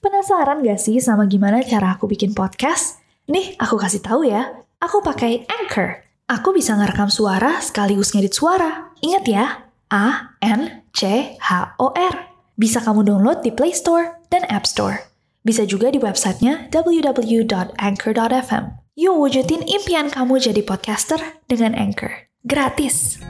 Penasaran gak sih sama gimana cara aku bikin podcast? Nih, aku kasih tahu ya. Aku pakai Anchor. Aku bisa ngerekam suara sekaligus ngedit suara. Ingat ya, Anchor. Bisa kamu download di Play Store dan App Store. Bisa juga di websitenya www.anchor.fm. Yuk wujudin impian kamu jadi podcaster dengan Anchor. Gratis.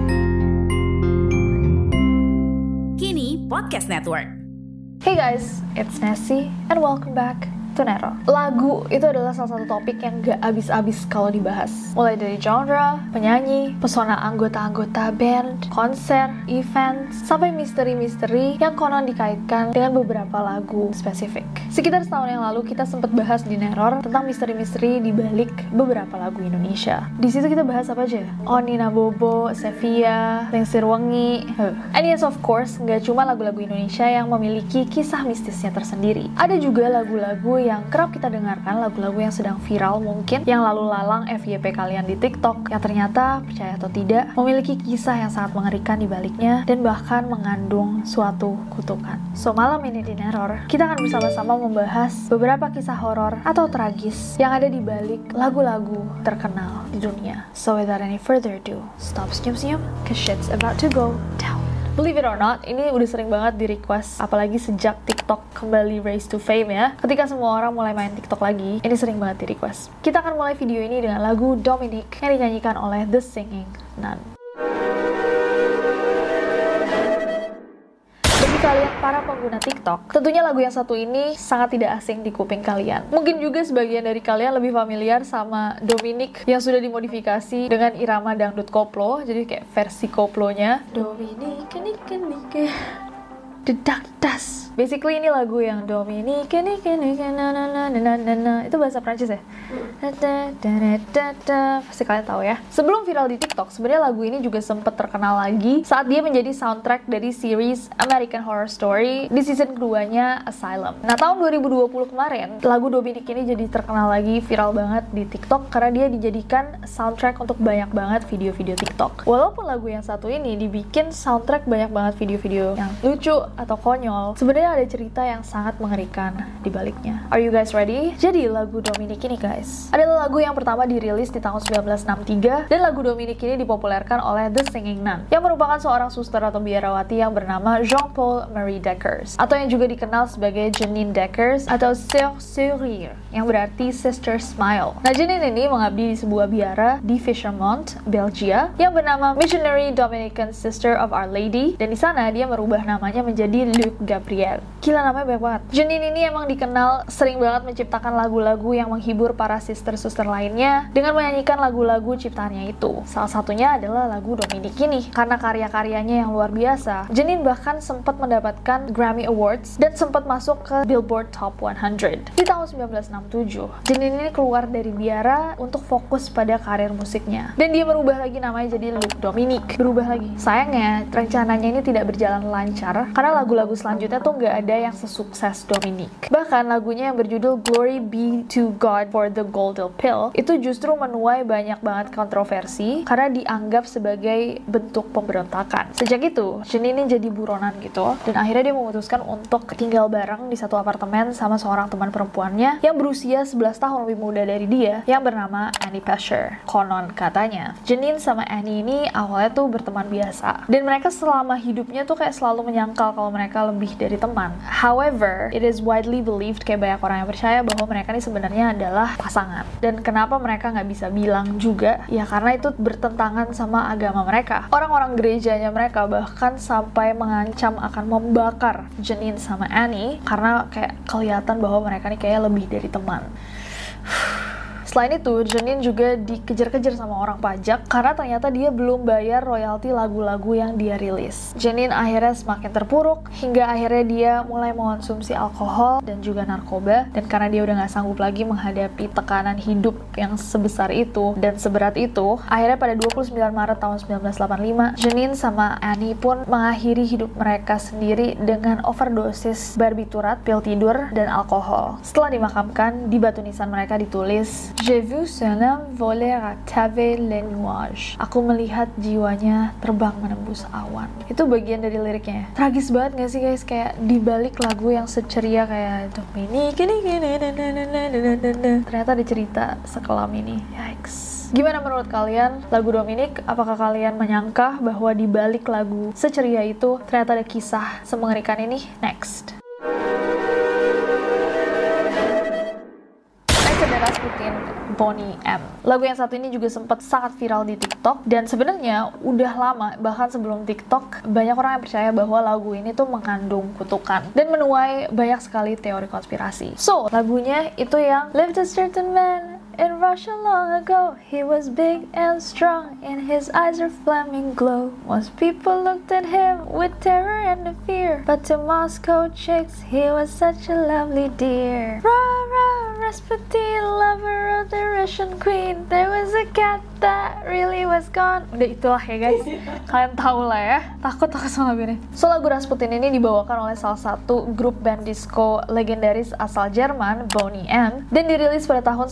Kini Podcast Network. Hey guys, it's Nessie and welcome back to Nero. Lagu itu adalah salah satu topik yang gak abis-abis kalau dibahas. Mulai dari genre, penyanyi, pesona anggota-anggota band, konser, event, sampai misteri-misteri yang konon dikaitkan dengan beberapa lagu spesifik. Sekitar setahun yang lalu kita sempat bahas di Neror tentang misteri-misteri di balik beberapa lagu Indonesia. Di situ kita bahas apa aja? Oh, Nina Bobo, Sevia, Lingsir Wengi. And yes, of course, nggak cuma lagu-lagu Indonesia yang memiliki kisah mistisnya tersendiri. Ada juga lagu-lagu yang kerap kita dengarkan, lagu-lagu yang sedang viral mungkin, yang lalu lalang FYP kalian di TikTok, yang ternyata, percaya atau tidak, memiliki kisah yang sangat mengerikan di baliknya dan bahkan mengandung suatu kutukan. So, malam ini di Neror, kita akan bersama-sama membahas beberapa kisah horor atau tragis yang ada di balik lagu-lagu terkenal di dunia. So, without any further ado, stop senyum-senyum, cause shit's about to go down. Believe it or not, ini udah sering banget di request, apalagi sejak TikTok kembali raise to fame ya. Ketika semua orang mulai main TikTok lagi, ini sering banget di request. Kita akan mulai video ini dengan lagu Dominic yang dinyanyikan oleh The Singing Nun. Bagi kalian para pengguna TikTok, tentunya lagu yang satu ini sangat tidak asing di kuping kalian. Mungkin juga sebagian dari kalian lebih familiar sama Dominic yang sudah dimodifikasi dengan irama dangdut koplo, jadi kayak versi koplonya. Dominic, dedak das. Basically ini lagu yang Dominic, itu bahasa Prancis ya? Pasti kalian tahu ya. Sebelum viral di TikTok, sebenarnya lagu ini juga sempat terkenal lagi saat dia menjadi soundtrack dari series American Horror Story di season keduanya Asylum. Nah, tahun 2020 kemarin, lagu Dominic ini jadi terkenal lagi, viral banget di TikTok karena dia dijadikan soundtrack untuk banyak banget video-video TikTok. Walaupun lagu yang satu ini dibikin soundtrack banyak banget video-video yang lucu atau konyol, sebenarnya ada cerita yang sangat mengerikan di baliknya. Are you guys ready? Jadi lagu Dominic ini guys adalah lagu yang pertama dirilis di tahun 1963 dan lagu Dominic ini dipopulerkan oleh The Singing Nun yang merupakan seorang suster atau biarawati yang bernama Jean-Paul Marie Deckers atau yang juga dikenal sebagai Janine Deckers atau Sœur Sourire yang berarti Sister Smile. Nah, Janine ini mengabdi di sebuah biara di Fishermont, Belgia yang bernama Missionary Dominican Sister of Our Lady dan di sana dia merubah namanya menjadi Luc Gabriel. Gila, namanya banyak banget. Janine ini emang dikenal sering banget menciptakan lagu-lagu yang menghibur para sister-suster lainnya dengan menyanyikan lagu-lagu ciptaannya itu. Salah satunya adalah lagu Dominic ini. Karena karya-karyanya yang luar biasa, Janine bahkan sempat mendapatkan Grammy Awards dan sempat masuk ke Billboard Top 100. Di tahun 1967, Janine ini keluar dari biara untuk fokus pada karir musiknya. Dan dia merubah lagi namanya jadi Luc Dominic. Berubah lagi. Sayangnya, rencananya ini tidak berjalan lancar karena lagu-lagu selanjutnya tuh nggak ada yang sesukses Dominic. Bahkan lagunya yang berjudul Glory Be to God for the Golden Pill itu justru menuai banyak banget kontroversi karena dianggap sebagai bentuk pemberontakan. Sejak itu, Janine ini jadi buronan gitu dan akhirnya dia memutuskan untuk tinggal bareng di satu apartemen sama seorang teman perempuannya yang berusia 11 tahun lebih muda dari dia yang bernama Annie Pasher. Konon katanya, Janine sama Annie ini awalnya tuh berteman biasa dan mereka selama hidupnya tuh kayak selalu menyangkal kalau mereka lebih dari teman. However, it is widely believed, kayak banyak orang yang percaya bahwa mereka ini sebenarnya adalah pasangan. Dan kenapa mereka nggak bisa bilang juga? Ya karena itu bertentangan sama agama mereka. Orang-orang gerejanya mereka bahkan sampai mengancam akan membakar Janine sama Annie karena kayak kelihatan bahwa mereka ini kayak lebih dari teman. Selain itu, Janine juga dikejar-kejar sama orang pajak karena ternyata dia belum bayar royalti lagu-lagu yang dia rilis. Janine akhirnya semakin terpuruk hingga akhirnya dia mulai mengonsumsi alkohol dan juga narkoba. Dan karena dia udah gak sanggup lagi menghadapi tekanan hidup yang sebesar itu dan seberat itu, akhirnya pada 29 Maret tahun 1985, Janine sama Annie pun mengakhiri hidup mereka sendiri dengan overdosis barbiturat, pil tidur, dan alkohol. Setelah dimakamkan, di batu nisan mereka ditulis J'ai vu son âme voler à travers les nuages. Aku melihat jiwanya terbang menembus awan. Itu bagian dari liriknya. Tragis banget gak sih guys? Kayak dibalik lagu yang seceria kayak Dominique ini ternyata ada cerita sekelam ini. Yikes. Gimana menurut kalian lagu Dominique? Apakah kalian menyangka bahwa dibalik lagu seceria itu ternyata ada kisah semengerikan ini? Next. Rasputin, Boney M. Lagu yang satu ini juga sempat sangat viral di TikTok, dan sebenarnya udah lama, bahkan sebelum TikTok, banyak orang yang percaya bahwa lagu ini tuh mengandung kutukan dan menuai banyak sekali teori konspirasi. So, lagunya itu yang Lived a certain man in Russia long ago. He was big and strong, and his eyes are flaming glow. Most people looked at him with terror and fear, but to Moscow chicks, he was such a lovely dear. Rah, rah, Rasputin, lover of the Russian queen. There was a cat that really was gone. Udah itulah ya guys. Kalian tahu lah ya. Takut sama lagu ini. So, lagu Rasputin ini dibawakan oleh salah satu grup band disco legendaris asal Jerman, Boney M, dan dirilis pada tahun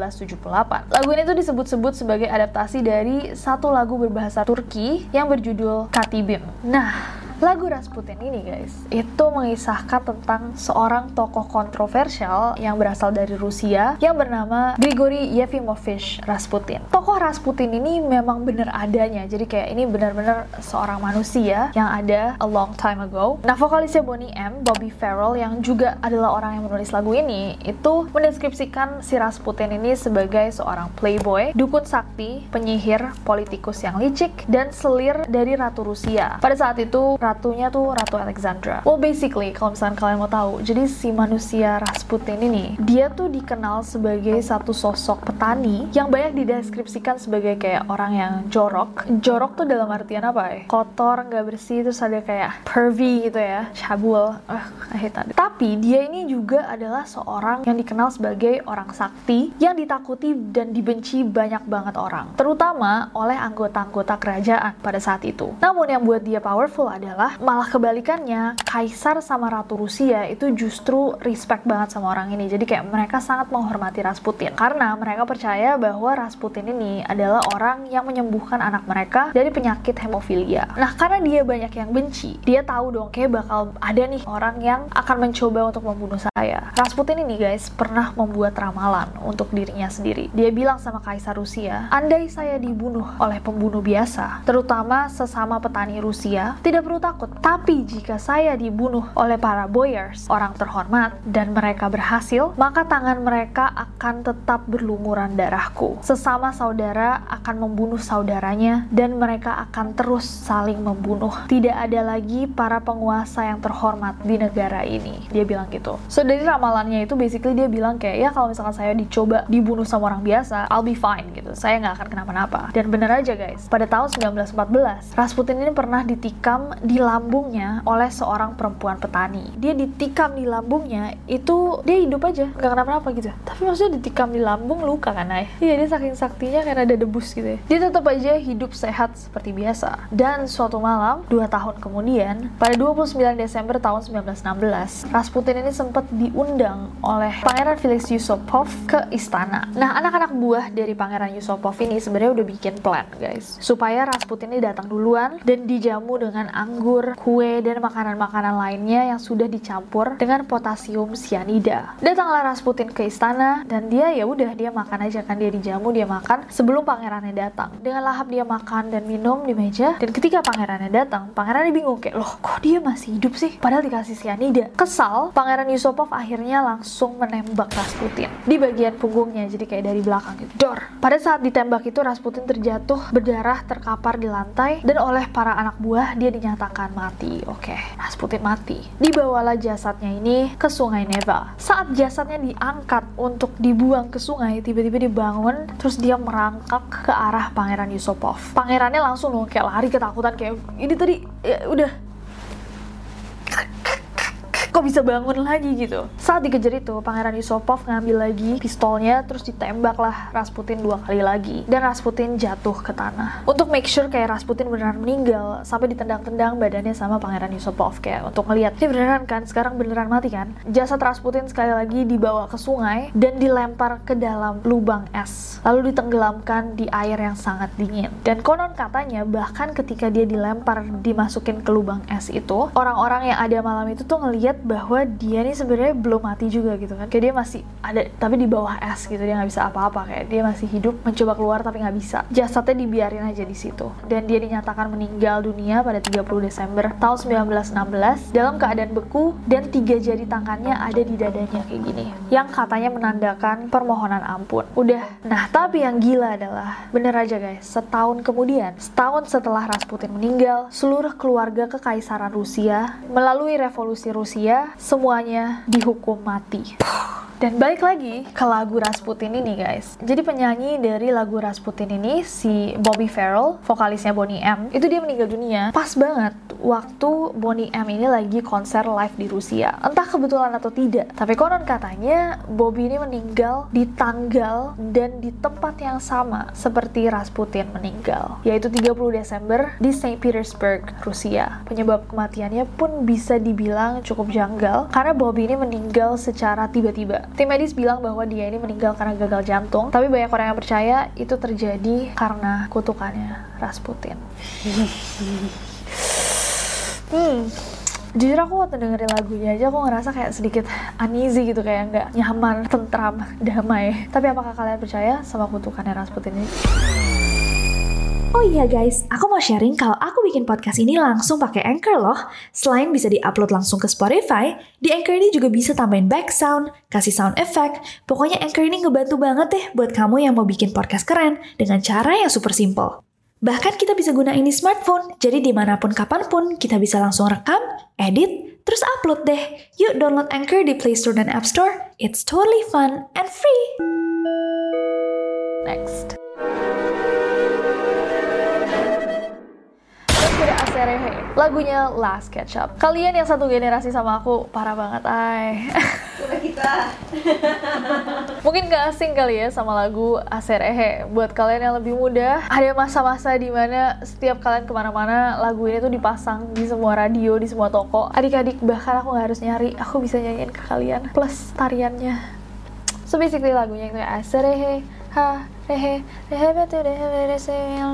1978. Lagu ini tuh disebut-sebut sebagai adaptasi dari satu lagu berbahasa Turki yang berjudul Katibim. Nah, lagu Rasputin ini guys, itu mengisahkan tentang seorang tokoh kontroversial yang berasal dari Rusia yang bernama Grigory Yefimovich Rasputin. Tokoh Rasputin ini memang bener adanya, jadi kayak ini benar-benar seorang manusia yang ada a long time ago. Nah, vokalisnya Boney M, Bobby Farrell, yang juga adalah orang yang menulis lagu ini, itu mendeskripsikan si Rasputin ini sebagai seorang playboy, dukun sakti, penyihir, politikus yang licik, dan selir dari Ratu Rusia. Pada saat itu, ratunya tuh Ratu Alexandra. Well, basically, kalau misalnya kalian mau tahu, jadi si manusia Rasputin ini, dia tuh dikenal sebagai satu sosok petani yang banyak dideskripsikan sebagai kayak orang yang jorok. Jorok tuh dalam artian apa ya? Kotor, nggak bersih, terus ada kayak pervy gitu ya, cabul. I hate that. Tapi dia ini juga adalah seorang yang dikenal sebagai orang sakti yang ditakuti dan dibenci banyak banget orang, terutama oleh anggota-anggota kerajaan pada saat itu. Namun yang buat dia powerful adalah malah kebalikannya, Kaisar sama Ratu Rusia itu justru respect banget sama orang ini. Jadi kayak mereka sangat menghormati Rasputin karena mereka percaya bahwa Rasputin ini adalah orang yang menyembuhkan anak mereka dari penyakit hemofilia. Nah, karena dia banyak yang benci, dia tahu dong kayak bakal ada nih orang yang akan mencoba untuk membunuh saya. Rasputin ini guys pernah membuat ramalan untuk dirinya sendiri. Dia bilang sama Kaisar Rusia, andai saya dibunuh oleh pembunuh biasa, terutama sesama petani Rusia, tidak perlu takut. Tapi jika saya dibunuh oleh para boyars, orang terhormat, dan mereka berhasil, maka tangan mereka akan tetap berlumuran darahku. Sesama saudara akan membunuh saudaranya, dan mereka akan terus saling membunuh. Tidak ada lagi para penguasa yang terhormat di negara ini. Dia bilang gitu. So, dari ramalannya itu basically dia bilang kayak, ya kalau misalkan saya dicoba dibunuh sama orang biasa, I'll be fine gitu. Saya nggak akan kenapa-napa. Dan bener aja guys, pada tahun 1914, Rasputin ini pernah ditikam di lambungnya oleh seorang perempuan petani. Dia ditikam di lambungnya, itu dia hidup aja, nggak kenapa-napa gitu. Tapi maksudnya ditikam di lambung luka kan, Ay? Iya, dia saking saktinya karena ada debus gitu ya. Dia tetap aja hidup sehat seperti biasa. Dan suatu malam, 2 tahun kemudian, pada 29 Desember tahun 1916, Rasputin ini sempat diundang oleh Pangeran Felix Yusupov ke istana. Nah, anak-anak buah dari Pangeran Yusupov ini sebenarnya udah bikin plan, guys, supaya Rasputin ini datang duluan dan dijamu dengan anggur, kue, dan makanan-makanan lainnya yang sudah dicampur dengan potasium cyanida. Datanglah Rasputin ke istana dan dia ya udah dia makan aja kan, dia dijamu, dia makan sebelum pangerannya datang. Dengan lahap dia makan dan minum di meja, dan ketika pangerannya datang, pangerannya bingung kayak, loh kok dia masih hidup sih padahal dikasih cyanida. Kesal, Pangeran Yusupov akhirnya langsung menembak Rasputin di bagian punggungnya, jadi kayak dari belakang gitu, dor. Pada saat ditembak itu Rasputin terjatuh berdarah, terkapar di lantai, dan oleh para anak buah dia dinyatakan mati. Oke, Rasputin mati. Dibawalah jasadnya ini ke sungai Neva. Saat jasadnya diangkat untuk dibuang ke sungai, tiba-tiba dibangun, terus dia merangkak ke arah Pangeran Yusupov. Pangerannya langsung loh kayak lari ketakutan kayak ini tadi ya udah. Kok kok bisa bangun lagi gitu. Saat dikejar itu, Pangeran Yusupov ngambil lagi pistolnya, terus ditembaklah Rasputin 2 kali lagi, dan Rasputin jatuh ke tanah. Untuk make sure kayak Rasputin beneran meninggal, sampai ditendang-tendang badannya sama Pangeran Yusupov, kayak untuk ngeliat, ini beneran kan, sekarang beneran mati kan. Jasad Rasputin sekali lagi dibawa ke sungai dan dilempar ke dalam lubang es, lalu ditenggelamkan di air yang sangat dingin. Dan konon katanya bahkan ketika dia dilempar, dimasukin ke lubang es itu, orang-orang yang ada malam itu tuh ngeliat bahwa dia nih sebenarnya belum mati juga gitu kan, kayak dia masih ada tapi di bawah es gitu, dia nggak bisa apa-apa, kayak dia masih hidup mencoba keluar tapi nggak bisa. Jasadnya dibiarin aja di situ, dan dia dinyatakan meninggal dunia pada 30 Desember tahun 1916 dalam keadaan beku, dan 3 jari tangannya ada di dadanya kayak gini, yang katanya menandakan permohonan ampun. Udah. Nah, tapi yang gila adalah, bener aja guys, setahun kemudian, setahun setelah Rasputin meninggal, seluruh keluarga kekaisaran Rusia melalui revolusi Rusia semuanya dihukum mati. Dan balik lagi ke lagu Rasputin ini guys. Jadi penyanyi dari lagu Rasputin ini, si Bobby Farrell, vokalisnya Boney M, itu dia meninggal dunia pas banget waktu Boney M ini lagi konser live di Rusia. Entah kebetulan atau tidak, tapi konon katanya Bobby ini meninggal di tanggal dan di tempat yang sama seperti Rasputin meninggal, yaitu 30 Desember di Saint Petersburg, Rusia. Penyebab kematiannya pun bisa dibilang cukup janggal, karena Bobby ini meninggal secara tiba-tiba. Tim medis bilang bahwa dia ini meninggal karena gagal jantung, tapi banyak orang yang percaya itu terjadi karena kutukannya Rasputin. Jujur aku waktu dengerin lagunya aja aku ngerasa kayak sedikit uneasy gitu, kayak nggak nyaman, tentram, damai. Tapi apakah kalian percaya sama kutukannya Rasputin ini? Oh iya guys, aku mau sharing kalau aku bikin podcast ini langsung pakai Anchor loh. Selain bisa diupload langsung ke Spotify, di Anchor ini juga bisa tambahin back sound, kasih sound effect. Pokoknya Anchor ini ngebantu banget deh buat kamu yang mau bikin podcast keren dengan cara yang super simple. Bahkan kita bisa gunain di smartphone, jadi dimanapun kapanpun kita bisa langsung rekam, edit, terus upload deh. Yuk download Anchor di Play Store dan App Store. It's totally fun and free. Next. Lagunya Last Ketchup. Kalian yang satu generasi sama aku, parah banget, kita. Mungkin gak asing kali ya sama lagu Aserehe. Buat kalian yang lebih muda, ada masa-masa dimana setiap kalian kemana-mana, lagu ini tuh dipasang di semua radio, di semua toko. Adik-adik, bahkan aku gak harus nyari, aku bisa nyanyiin ke kalian. Plus tariannya. So basically lagunya itu Aserehe, ha, rehe, rehe betu, rehe, rehe, rehe,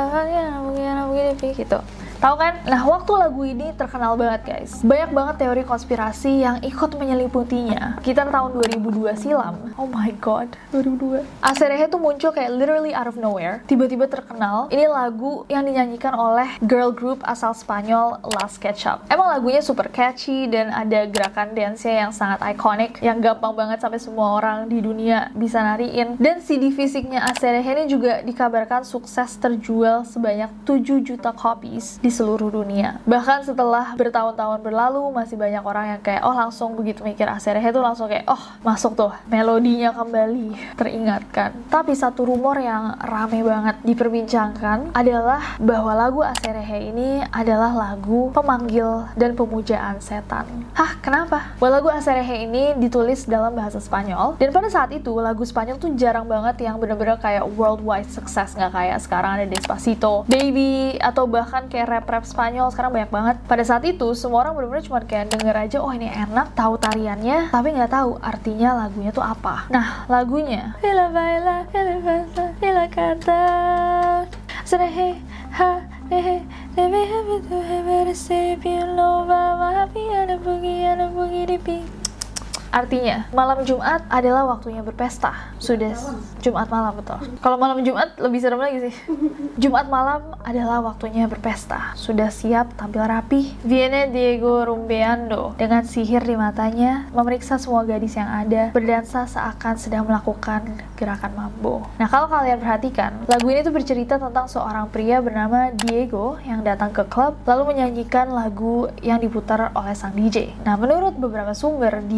gitu. Tahu kan? Nah, waktu lagu ini terkenal banget guys. Banyak banget teori konspirasi yang ikut menyeliputinya. Sekitar tahun 2002 silam. Oh my god, 2002. Aserehe tuh muncul kayak literally out of nowhere. Tiba-tiba terkenal. Ini lagu yang dinyanyikan oleh girl group asal Spanyol Last Ketchup. Emang lagunya super catchy dan ada gerakan dance-nya yang sangat iconic, yang gampang banget sampai semua orang di dunia bisa nariin. Dan CD fisiknya Aserehe ini juga dikabarkan sukses terjual sebanyak 7 juta copies di seluruh dunia. Bahkan setelah bertahun-tahun berlalu, masih banyak orang yang kayak, oh langsung begitu mikir Aserehe tuh langsung kayak, oh masuk tuh, melodinya kembali teringatkan. Tapi satu rumor yang rame banget diperbincangkan adalah bahwa lagu Aserehe ini adalah lagu pemanggil dan pemujaan setan. Hah, kenapa? Bahwa lagu Aserehe ini ditulis dalam bahasa Spanyol, dan pada saat itu lagu Spanyol tuh jarang banget yang bener-bener kayak worldwide success, nggak kayak sekarang ada Despacito, Baby, atau bahkan kayak rap Spanyol sekarang banyak banget. Pada saat itu semua orang benar-benar cuma kayak denger aja, oh ini enak, tahu tariannya, tapi nggak tahu artinya lagunya tuh apa. Nah, lagunya Vila baila, vila baila, vila kata, serehe, ha, rehe, lebe habitu, hebe resepio, loba, mahapi, ada bugi dipi. Artinya, malam Jumat adalah waktunya berpesta. Sudah Jumat malam, betul. Kalau malam Jumat lebih serem lagi sih. Jumat malam adalah waktunya berpesta. Sudah siap tampil rapi. Viene Diego rumbeando. Dengan sihir di matanya, memeriksa semua gadis yang ada, berdansa seakan sedang melakukan gerakan mambo. Nah, kalau kalian perhatikan, lagu ini tuh bercerita tentang seorang pria bernama Diego yang datang ke klub, lalu menyanyikan lagu yang diputar oleh sang DJ. Nah, menurut beberapa sumber, Diego ini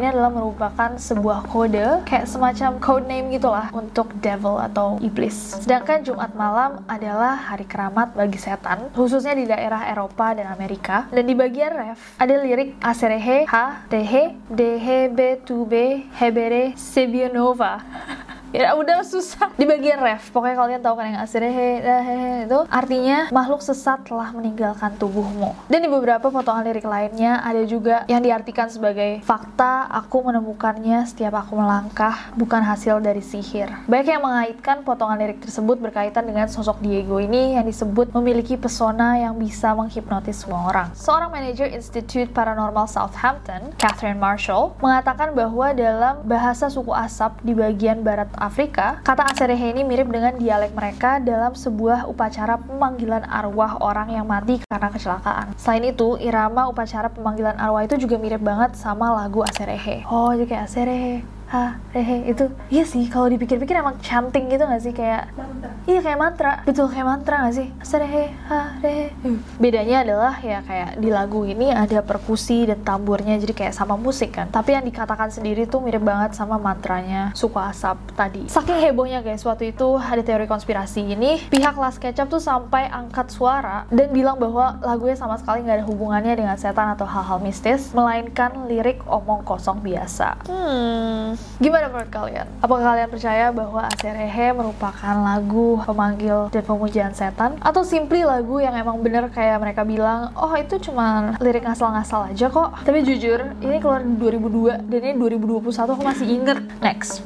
ini adalah merupakan sebuah kode, kayak semacam code name gitulah untuk devil atau iblis. Sedangkan Jumat malam adalah hari keramat bagi setan, khususnya di daerah Eropa dan Amerika. Dan di bagian ref ada lirik Aserehe, Ha, Tehe, Dehe, Be, Tube, Hebere, Sebionova. Ya udah susah. Di bagian ref, pokoknya kalian tahu kan yang Aserehe, Dahehe itu artinya makhluk sesat telah meninggalkan tubuhmu. Dan di beberapa potongan lirik lainnya ada juga yang diartikan sebagai fakta, aku menemukannya setiap aku melangkah, bukan hasil dari sihir. Banyak yang mengaitkan potongan lirik tersebut berkaitan dengan sosok Diego ini yang disebut memiliki pesona yang bisa menghipnotis semua orang. Seorang manajer Institute Paranormal Southampton, Catherine Marshall, mengatakan bahwa dalam bahasa suku Asap di bagian barat Afrika, kata Aserehe ini mirip dengan dialek mereka dalam sebuah upacara pemanggilan arwah orang yang mati karena kecelakaan. Selain itu, irama upacara pemanggilan arwah itu juga mirip banget sama lagu Aserehe. Oh, jadi kayak Aserehe, Ha, Rehe itu. Iya sih, kalau dipikir-pikir emang chanting gitu gak sih? Kayak mantra. Iya, kayak mantra. Betul, kayak mantra gak sih? Aserehe, Ha, Rehe. Bedanya adalah ya kayak di lagu ini ada perkusi dan tamburnya, jadi kayak sama musik kan. Tapi yang dikatakan sendiri tuh mirip banget sama mantranya suku Asap tadi. Saking hebohnya guys, waktu itu ada teori konspirasi ini, pihak Last Ketchup tuh sampai angkat suara dan bilang bahwa lagunya sama sekali gak ada hubungannya dengan setan atau hal-hal mistis, melainkan lirik omong kosong biasa. Gimana menurut kalian? Apakah kalian percaya bahwa Aserehe merupakan lagu pemanggil dan pemujaan setan? Atau simply lagu yang emang bener kayak mereka bilang, oh itu cuma lirik ngasal-ngasal aja kok? Tapi jujur, ini keluar di 2002 dan ini 2021 aku masih inget. Next.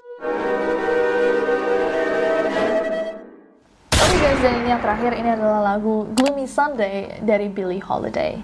Oke guys, dan ini yang terakhir, ini adalah lagu Gloomy Sunday dari Billie Holiday.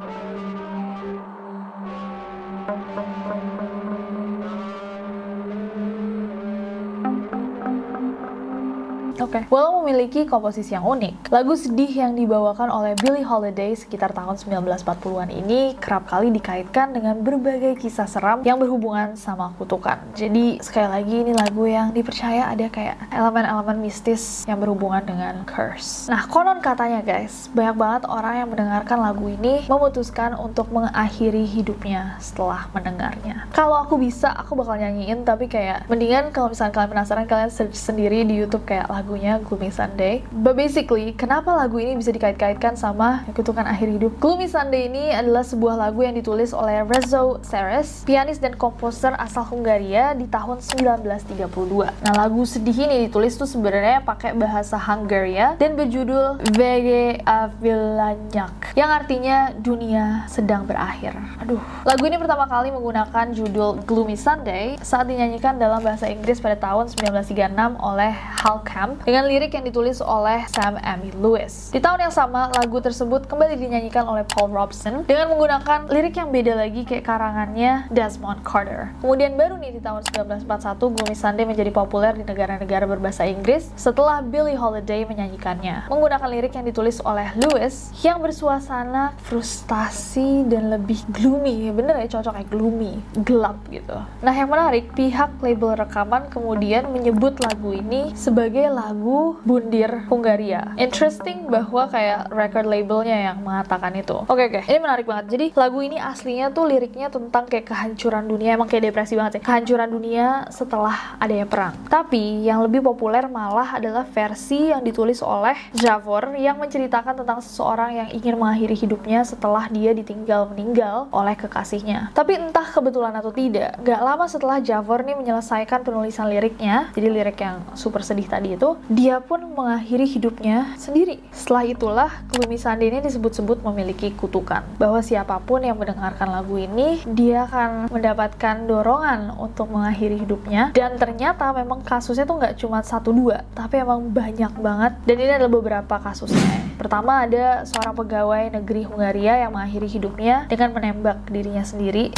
Oke. Walau memiliki komposisi yang unik, lagu sedih yang dibawakan oleh Billie Holiday sekitar tahun 1940-an ini kerap kali dikaitkan dengan berbagai kisah seram yang berhubungan sama kutukan. Jadi, sekali lagi ini lagu yang dipercaya ada kayak elemen-elemen mistis yang berhubungan dengan curse. Nah, konon katanya guys, banyak banget orang yang mendengarkan lagu ini memutuskan untuk mengakhiri hidupnya setelah mendengarnya. Kalau aku bisa, aku bakal nyanyiin, tapi kayak mendingan kalau misalnya kalian penasaran, kalian search sendiri di YouTube kayak lagunya Gloomy Sunday. But basically, kenapa lagu ini bisa dikait-kaitkan sama kutukan akhir hidup? Gloomy Sunday ini adalah sebuah lagu yang ditulis oleh Rezo Seres, pianis dan komposer asal Hungaria di tahun 1932. Nah, lagu sedih ini ditulis tuh sebenarnya pakai bahasa Hungaria dan berjudul Vege a Vilanyak, yang artinya dunia sedang berakhir. Aduh. Lagu ini pertama kali menggunakan judul Gloomy Sunday saat dinyanyikan dalam bahasa Inggris pada tahun 1936 oleh Hal Camp dengan lirik yang ditulis oleh Sam Amy Lewis. Di tahun yang sama, lagu tersebut kembali dinyanyikan oleh Paul Robeson dengan menggunakan lirik yang beda lagi kayak karangannya Desmond Carter. Kemudian baru nih di tahun 1941, Gloomy Sunday menjadi populer di negara-negara berbahasa Inggris setelah Billie Holiday menyanyikannya. Menggunakan lirik yang ditulis oleh Lewis yang bersuasana frustasi dan lebih gloomy. Bener ya, cocok kayak gloomy, gelap gitu. Nah, yang menarik, pihak label rekaman kemudian menyebut lagu ini sebagai lagu bundir Hungaria. Interesting bahwa kayak record labelnya yang mengatakan itu. Oke, ini menarik banget. Jadi lagu ini aslinya tuh liriknya tentang kayak kehancuran dunia, emang kayak depresi banget sih. Kehancuran dunia setelah adanya perang. Tapi yang lebih populer malah adalah versi yang ditulis oleh Javor yang menceritakan tentang seseorang yang ingin mengakhiri hidupnya setelah dia ditinggal meninggal oleh kekasihnya. Tapi entah kebetulan atau tidak, gak lama setelah Javor nih menyelesaikan penulisan liriknya, jadi lirik yang super sedih tadi itu, dia pun mengakhiri hidupnya sendiri. Setelah itulah, Gloomy Sunday ini disebut-sebut memiliki kutukan. Bahwa siapapun yang mendengarkan lagu ini, dia akan mendapatkan dorongan untuk mengakhiri hidupnya. Dan ternyata memang kasusnya tuh nggak cuma 1-2, tapi emang banyak banget. Dan ini adalah beberapa kasusnya. Pertama, ada seorang pegawai negeri Hungaria yang mengakhiri hidupnya dengan menembak dirinya sendiri.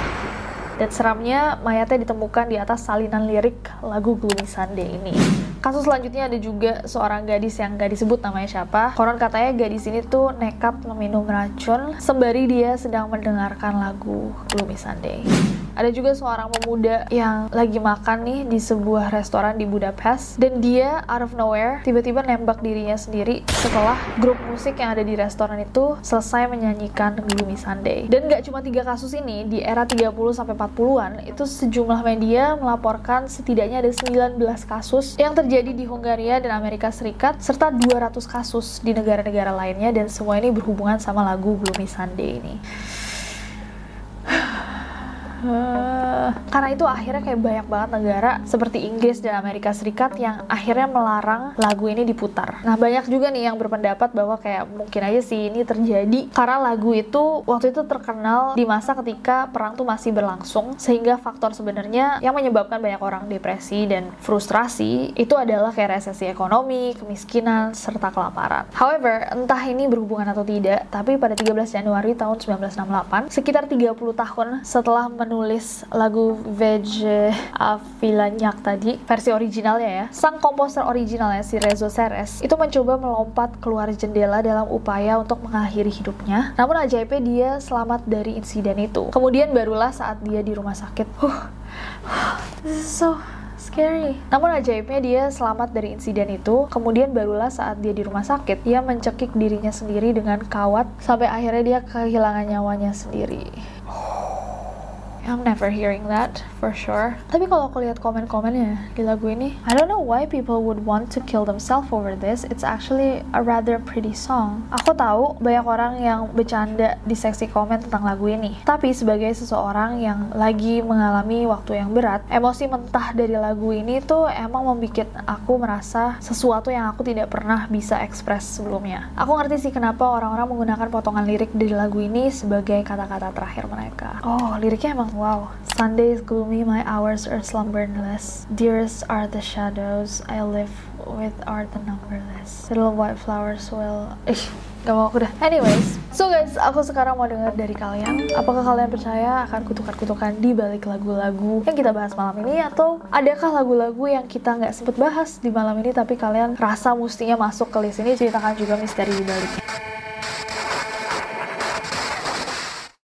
Dan seramnya, mayatnya ditemukan di atas salinan lirik lagu Gloomy Sunday ini. Kasus selanjutnya ada juga seorang gadis yang gak disebut namanya siapa. Konon katanya gadis ini tuh nekat meminum racun sembari dia sedang mendengarkan lagu Gloomy Sunday. Ada juga seorang pemuda yang lagi makan nih di sebuah restoran di Budapest, dan dia out of nowhere tiba-tiba nembak dirinya sendiri setelah grup musik yang ada di restoran itu selesai menyanyikan Gloomy Sunday. Dan gak cuma 3 kasus ini, di era 30-40-an itu sejumlah media melaporkan setidaknya ada 19 kasus yang terjadi di Hungaria dan Amerika Serikat, serta 200 kasus di negara-negara lainnya, dan semua ini berhubungan sama lagu Gloomy Sunday ini. Karena itu akhirnya kayak banyak banget negara seperti Inggris dan Amerika Serikat yang akhirnya melarang lagu ini diputar. Nah, banyak juga nih yang berpendapat bahwa kayak mungkin aja sih ini terjadi karena lagu itu waktu itu terkenal di masa ketika perang tuh masih berlangsung, sehingga faktor sebenarnya yang menyebabkan banyak orang depresi dan frustrasi itu adalah kayak resesi ekonomi, kemiskinan, serta kelaparan. However, entah ini berhubungan atau tidak, tapi pada 13 Januari tahun 1968, sekitar 30 tahun setelah menulis lagu Vege Avilanyak tadi, versi originalnya ya, sang komposer originalnya si Rezo Seres itu mencoba melompat keluar jendela dalam upaya untuk mengakhiri hidupnya. Namun ajaibnya dia selamat dari insiden itu. Kemudian barulah saat dia di rumah sakit, this is so scary. Namun ajaibnya dia selamat dari insiden itu. Kemudian barulah saat dia di rumah sakit, dia mencekik dirinya sendiri dengan kawat sampai akhirnya dia kehilangan nyawanya sendiri. I'm never hearing that, for sure. Tapi kalau aku lihat komen-komennya di lagu ini, I don't know why people would want to kill themselves over this. It's actually a rather pretty song. Aku tahu banyak orang yang bercanda di seksi komen tentang lagu ini. Tapi sebagai seseorang yang lagi mengalami waktu yang berat, emosi mentah dari lagu ini tuh emang membuat aku merasa sesuatu yang aku tidak pernah bisa ekspres sebelumnya. Aku ngerti sih kenapa orang-orang menggunakan potongan lirik dari lagu ini sebagai kata-kata terakhir mereka. Oh, liriknya emang wow. Sundays gloomy, my hours are slumberless. Dearest are the shadows I live with are the numberless. Little white flowers will... gak mau aku dah. Anyways, so guys, aku sekarang mau dengar dari kalian. Apakah kalian percaya akan kutukan-kutukan di balik lagu-lagu yang kita bahas malam ini? Atau adakah lagu-lagu yang kita nggak sempet bahas di malam ini tapi kalian rasa mestinya masuk ke list ini? Ceritakan juga misteri di baliknya.